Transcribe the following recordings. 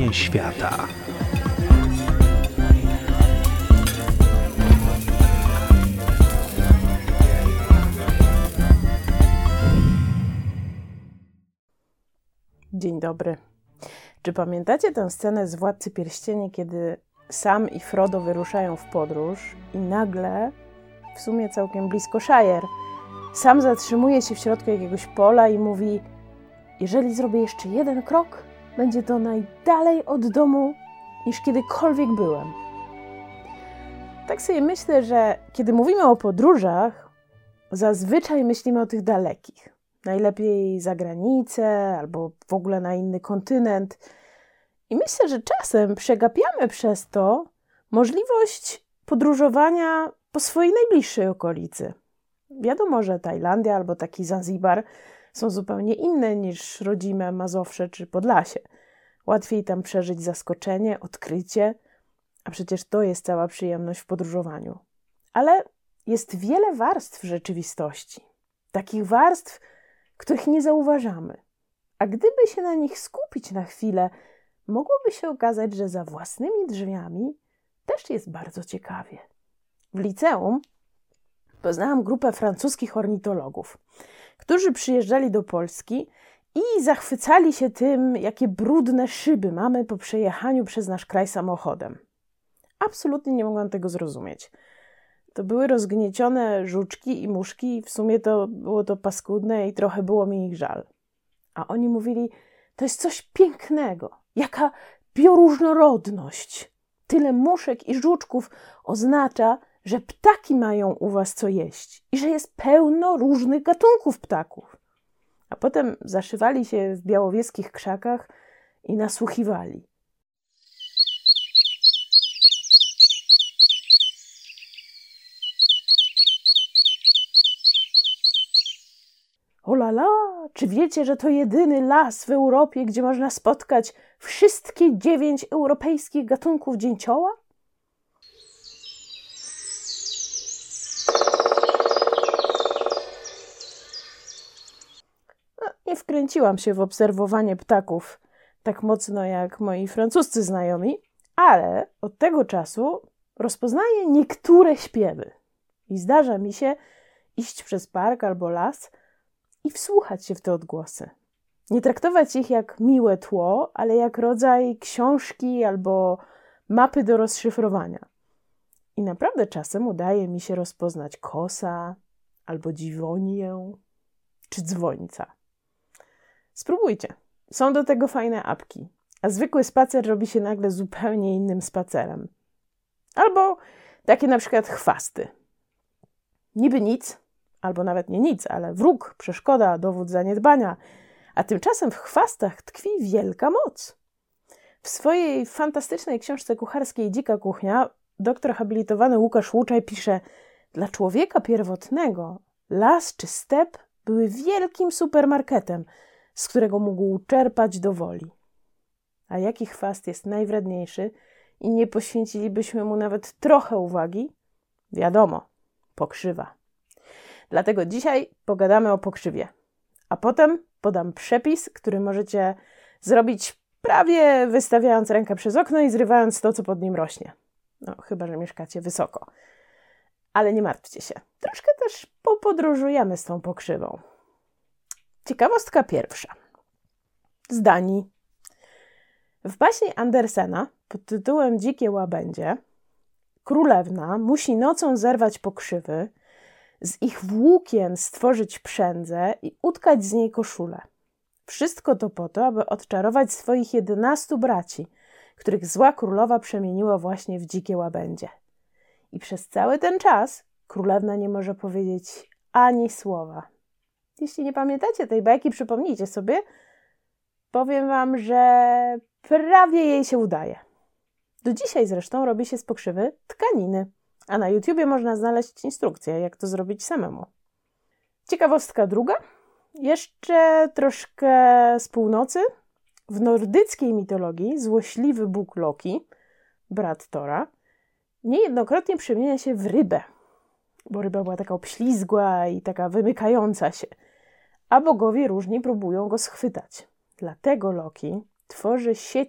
Odkrywanie świata. Dzień dobry. Czy pamiętacie tę scenę z Władcy Pierścieni, kiedy Sam i Frodo wyruszają w podróż i nagle, w sumie całkiem blisko Shire, Sam zatrzymuje się w środku jakiegoś pola i mówi: jeżeli zrobię jeszcze jeden krok, będzie to najdalej od domu, niż kiedykolwiek byłem. Tak sobie myślę, że kiedy mówimy o podróżach, zazwyczaj myślimy o tych dalekich. Najlepiej za granicę albo w ogóle na inny kontynent. I myślę, że czasem przegapiamy przez to możliwość podróżowania po swojej najbliższej okolicy. Wiadomo, że Tajlandia albo taki Zanzibar są zupełnie inne niż rodzime Mazowsze czy Podlasie. Łatwiej tam przeżyć zaskoczenie, odkrycie, a przecież to jest cała przyjemność w podróżowaniu. Ale jest wiele warstw rzeczywistości. Takich warstw, których nie zauważamy. A gdyby się na nich skupić na chwilę, mogłoby się okazać, że za własnymi drzwiami też jest bardzo ciekawie. W liceum poznałam grupę francuskich ornitologów, którzy przyjeżdżali do Polski i zachwycali się tym, jakie brudne szyby mamy po przejechaniu przez nasz kraj samochodem. Absolutnie nie mogłam tego zrozumieć. To były rozgniecione żuczki i muszki i w sumie to było to paskudne i trochę było mi ich żal. A oni mówili: to jest coś pięknego, jaka bioróżnorodność. Tyle muszek i żuczków oznacza, że ptaki mają u was co jeść i że jest pełno różnych gatunków ptaków. A potem zaszywali się w białowieskich krzakach i nasłuchiwali. O la la, czy wiecie, że to jedyny las w Europie, gdzie można spotkać wszystkie 9 europejskich gatunków dzięcioła? Nie wkręciłam się w obserwowanie ptaków tak mocno jak moi francuscy znajomi, ale od tego czasu rozpoznaję niektóre śpiewy. I zdarza mi się iść przez park albo las i wsłuchać się w te odgłosy. Nie traktować ich jak miłe tło, ale jak rodzaj książki albo mapy do rozszyfrowania. I naprawdę czasem udaje mi się rozpoznać kosa, albo dziwonię, czy dzwońca. Spróbujcie. Są do tego fajne apki, a zwykły spacer robi się nagle zupełnie innym spacerem. Albo takie na przykład chwasty. Niby nic, albo nawet nie nic, ale wróg, przeszkoda, dowód zaniedbania, a tymczasem w chwastach tkwi wielka moc. W swojej fantastycznej książce kucharskiej Dzika kuchnia doktor habilitowany Łukasz Łuczaj pisze: dla człowieka pierwotnego las czy step były wielkim supermarketem, z którego mógł czerpać do woli. A jaki chwast jest najwredniejszy i nie poświęcilibyśmy mu nawet trochę uwagi? Wiadomo, pokrzywa. Dlatego dzisiaj pogadamy o pokrzywie, a potem podam przepis, który możecie zrobić prawie wystawiając rękę przez okno i zrywając to, co pod nim rośnie. No, chyba że mieszkacie wysoko. Ale nie martwcie się, troszkę też popodróżujemy z tą pokrzywą. Ciekawostka pierwsza. Z Danii. W baśni Andersena pod tytułem Dzikie łabędzie królewna musi nocą zerwać pokrzywy, z ich włókien stworzyć przędzę i utkać z niej koszulę. Wszystko to po to, aby odczarować swoich 11 braci, których zła królowa przemieniła właśnie w dzikie łabędzie. I przez cały ten czas królewna nie może powiedzieć ani słowa. Jeśli nie pamiętacie tej bajki, przypomnijcie sobie. Powiem wam, że prawie jej się udaje. Do dzisiaj zresztą robi się z pokrzywy tkaniny, a na YouTubie można znaleźć instrukcję, jak to zrobić samemu. Ciekawostka druga. Jeszcze troszkę z północy. W nordyckiej mitologii złośliwy bóg Loki, brat Tora, niejednokrotnie przemienia się w rybę, bo ryba była taka obślizgła i taka wymykająca się, a bogowie różni próbują go schwytać. Dlatego Loki tworzy sieć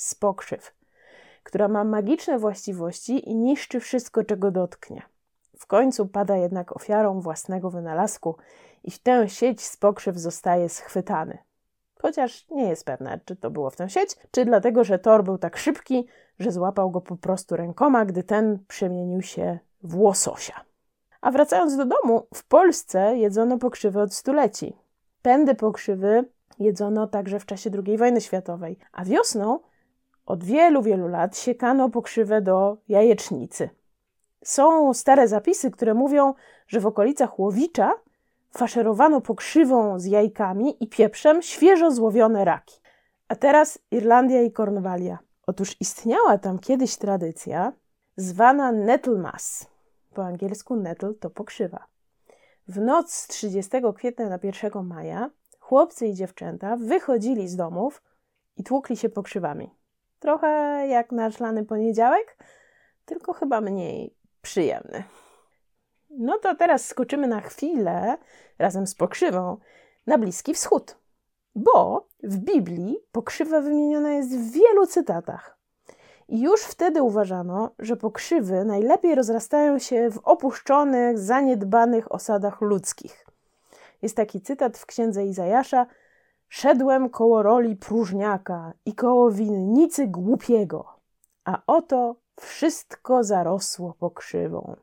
z pokrzyw, która ma magiczne właściwości i niszczy wszystko, czego dotknie. W końcu pada jednak ofiarą własnego wynalazku i w tę sieć z pokrzyw zostaje schwytany. Chociaż nie jest pewna, czy to było w tę sieć, czy dlatego, że Thor był tak szybki, że złapał go po prostu rękoma, gdy ten przemienił się w łososia. A wracając do domu, w Polsce jedzono pokrzywy od stuleci. Pędy pokrzywy jedzono także w czasie II wojny światowej, a wiosną od wielu, wielu lat siekano pokrzywę do jajecznicy. Są stare zapisy, które mówią, że w okolicach Łowicza faszerowano pokrzywą z jajkami i pieprzem świeżo złowione raki. A teraz Irlandia i Kornwalia. Otóż istniała tam kiedyś tradycja zwana Nettlemas. Po angielsku nettle to pokrzywa. W noc z 30 kwietnia na 1 maja chłopcy i dziewczęta wychodzili z domów i tłukli się pokrzywami. Trochę jak na szlany poniedziałek, tylko chyba mniej przyjemny. No to teraz skoczymy na chwilę, razem z pokrzywą, na Bliski Wschód. Bo w Biblii pokrzywa wymieniona jest w wielu cytatach. I już wtedy uważano, że pokrzywy najlepiej rozrastają się w opuszczonych, zaniedbanych osadach ludzkich. Jest taki cytat w księdze Izajasza: szedłem koło roli próżniaka i koło winnicy głupiego, a oto wszystko zarosło pokrzywą.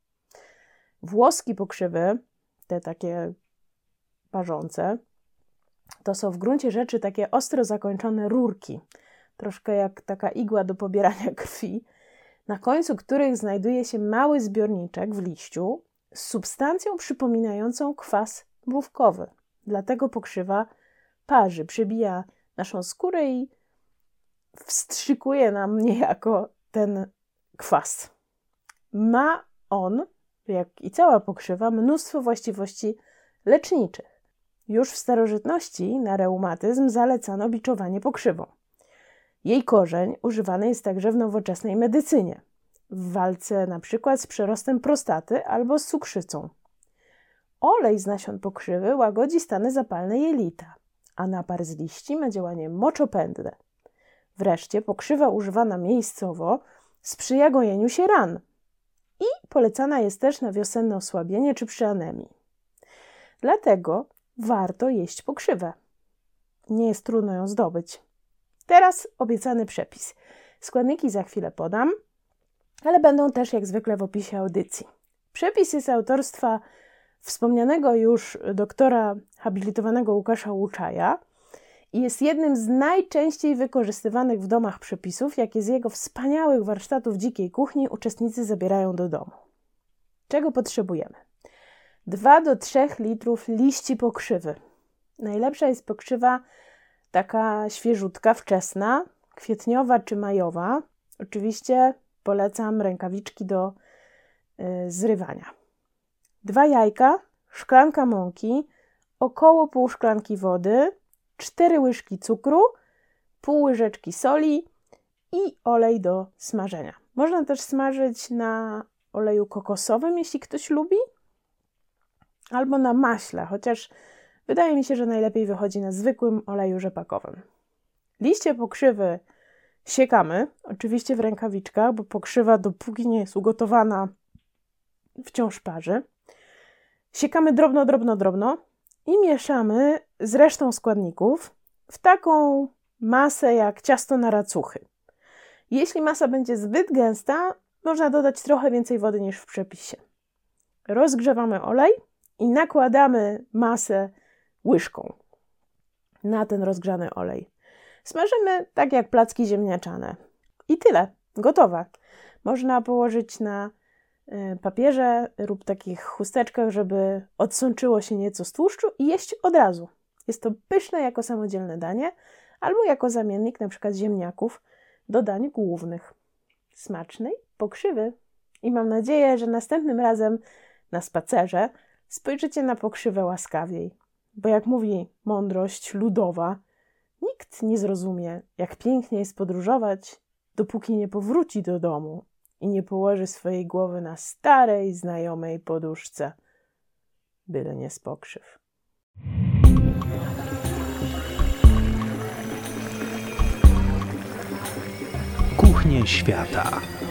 Włoskie pokrzywy, te takie parzące, to są w gruncie rzeczy takie ostro zakończone rurki, troszkę jak taka igła do pobierania krwi, na końcu których znajduje się mały zbiorniczek w liściu z substancją przypominającą kwas mrówkowy. Dlatego pokrzywa parzy, przebija naszą skórę i wstrzykuje nam niejako ten kwas. Ma on, jak i cała pokrzywa, mnóstwo właściwości leczniczych. Już w starożytności na reumatyzm zalecano biczowanie pokrzywą. Jej korzeń używany jest także w nowoczesnej medycynie, w walce na przykład z przerostem prostaty albo z cukrzycą. Olej z nasion pokrzywy łagodzi stany zapalne jelita, a napar z liści ma działanie moczopędne. Wreszcie pokrzywa używana miejscowo sprzyja gojeniu się ran i polecana jest też na wiosenne osłabienie czy przy anemii. Dlatego warto jeść pokrzywę. Nie jest trudno ją zdobyć. Teraz obiecany przepis. Składniki za chwilę podam, ale będą też jak zwykle w opisie audycji. Przepis jest autorstwa wspomnianego już doktora habilitowanego Łukasza Łuczaja i jest jednym z najczęściej wykorzystywanych w domach przepisów, jakie z jego wspaniałych warsztatów dzikiej kuchni uczestnicy zabierają do domu. Czego potrzebujemy? 2 do 3 litrów liści pokrzywy. Najlepsza jest pokrzywa taka świeżutka, wczesna, kwietniowa czy majowa. Oczywiście polecam rękawiczki do zrywania. 2 jajka, szklanka mąki, około pół szklanki wody, 4 łyżki cukru, pół łyżeczki soli i olej do smażenia. Można też smażyć na oleju kokosowym, jeśli ktoś lubi, albo na maśle, chociaż wydaje mi się, że najlepiej wychodzi na zwykłym oleju rzepakowym. Liście pokrzywy siekamy, oczywiście w rękawiczkach, bo pokrzywa dopóki nie jest ugotowana wciąż parzy. Siekamy drobno, drobno, drobno i mieszamy z resztą składników w taką masę jak ciasto na racuchy. Jeśli masa będzie zbyt gęsta, można dodać trochę więcej wody niż w przepisie. Rozgrzewamy olej i nakładamy masę łyżką na ten rozgrzany olej. Smażymy tak jak placki ziemniaczane. I tyle. Gotowe. Można położyć na papierze lub takich chusteczkach, żeby odsączyło się nieco z tłuszczu i jeść od razu. Jest to pyszne jako samodzielne danie albo jako zamiennik np. ziemniaków do dań głównych. Smacznej pokrzywy. I mam nadzieję, że następnym razem na spacerze spojrzycie na pokrzywę łaskawiej. Bo jak mówi mądrość ludowa, nikt nie zrozumie, jak pięknie jest podróżować, dopóki nie powróci do domu i nie położy swojej głowy na starej, znajomej poduszce. Byle nie z pokrzyw. Stworzenie świata.